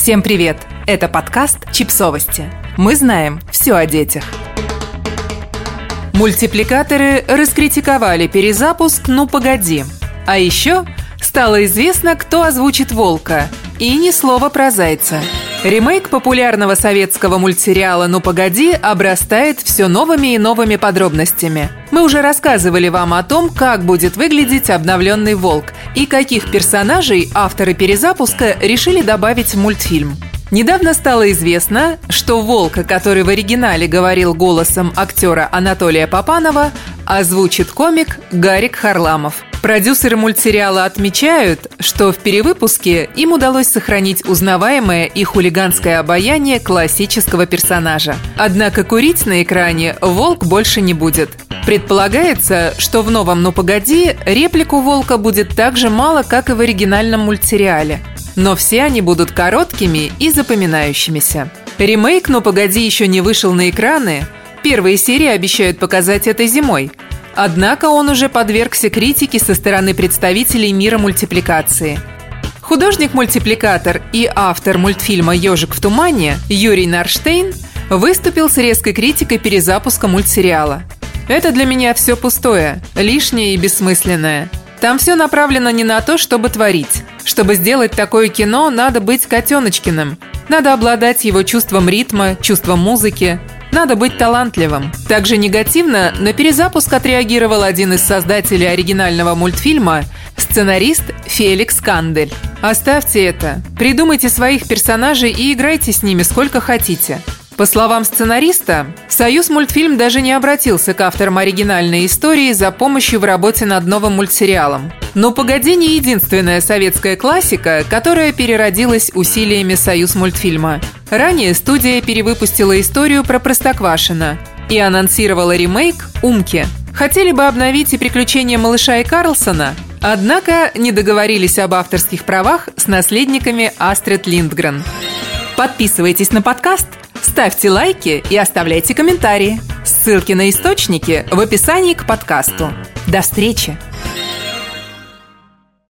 Всем привет! Это подкаст «Чипсовости». Мы знаем все о детях. Мультипликаторы раскритиковали перезапуск «Ну, погоди». А еще стало известно, кто озвучит волка. И ни слова про зайца. Ремейк популярного советского мультсериала «Ну, погоди» обрастает все новыми и новыми подробностями. Мы уже рассказывали вам о том, как будет выглядеть обновленный волк и каких персонажей авторы перезапуска решили добавить в мультфильм. Недавно стало известно, что волка, который в оригинале говорил голосом актера Анатолия Папанова, озвучит комик Гарик Харламов. Продюсеры мультсериала отмечают, что в перевыпуске им удалось сохранить узнаваемое и хулиганское обаяние классического персонажа. Однако курить на экране волк больше не будет. Предполагается, что в новом «Ну, погоди» реплику волка будет так же мало, как и в оригинальном мультсериале. Но все они будут короткими и запоминающимися. Ремейк «Ну, погоди» еще не вышел на экраны. Первые серии обещают показать этой зимой. Однако он уже подвергся критике со стороны представителей мира мультипликации. Художник-мультипликатор и автор мультфильма «Ежик в тумане» Юрий Нарштейн выступил с резкой критикой перезапуска мультсериала. «Это для меня все пустое, лишнее и бессмысленное. Там все направлено не на то, чтобы творить. Чтобы сделать такое кино, надо быть Котеночкиным. Надо обладать его чувством ритма, чувством музыки. Надо быть талантливым». Также негативно на перезапуск отреагировал один из создателей оригинального мультфильма, сценарист Феликс Кандель. «Оставьте это. Придумайте своих персонажей и играйте с ними сколько хотите». По словам сценариста, «Союзмультфильм» даже не обратился к авторам оригинальной истории за помощью в работе над новым мультсериалом. «Ну, погоди» не единственная советская классика, которая переродилась усилиями «Союзмультфильма». Ранее студия перевыпустила историю про Простоквашино и анонсировала ремейк «Умки». Хотели бы обновить и приключения малыша и Карлсона, однако не договорились об авторских правах с наследниками Астрид Линдгрен. Подписывайтесь на подкаст, ставьте лайки и оставляйте комментарии. Ссылки на источники в описании к подкасту. До встречи!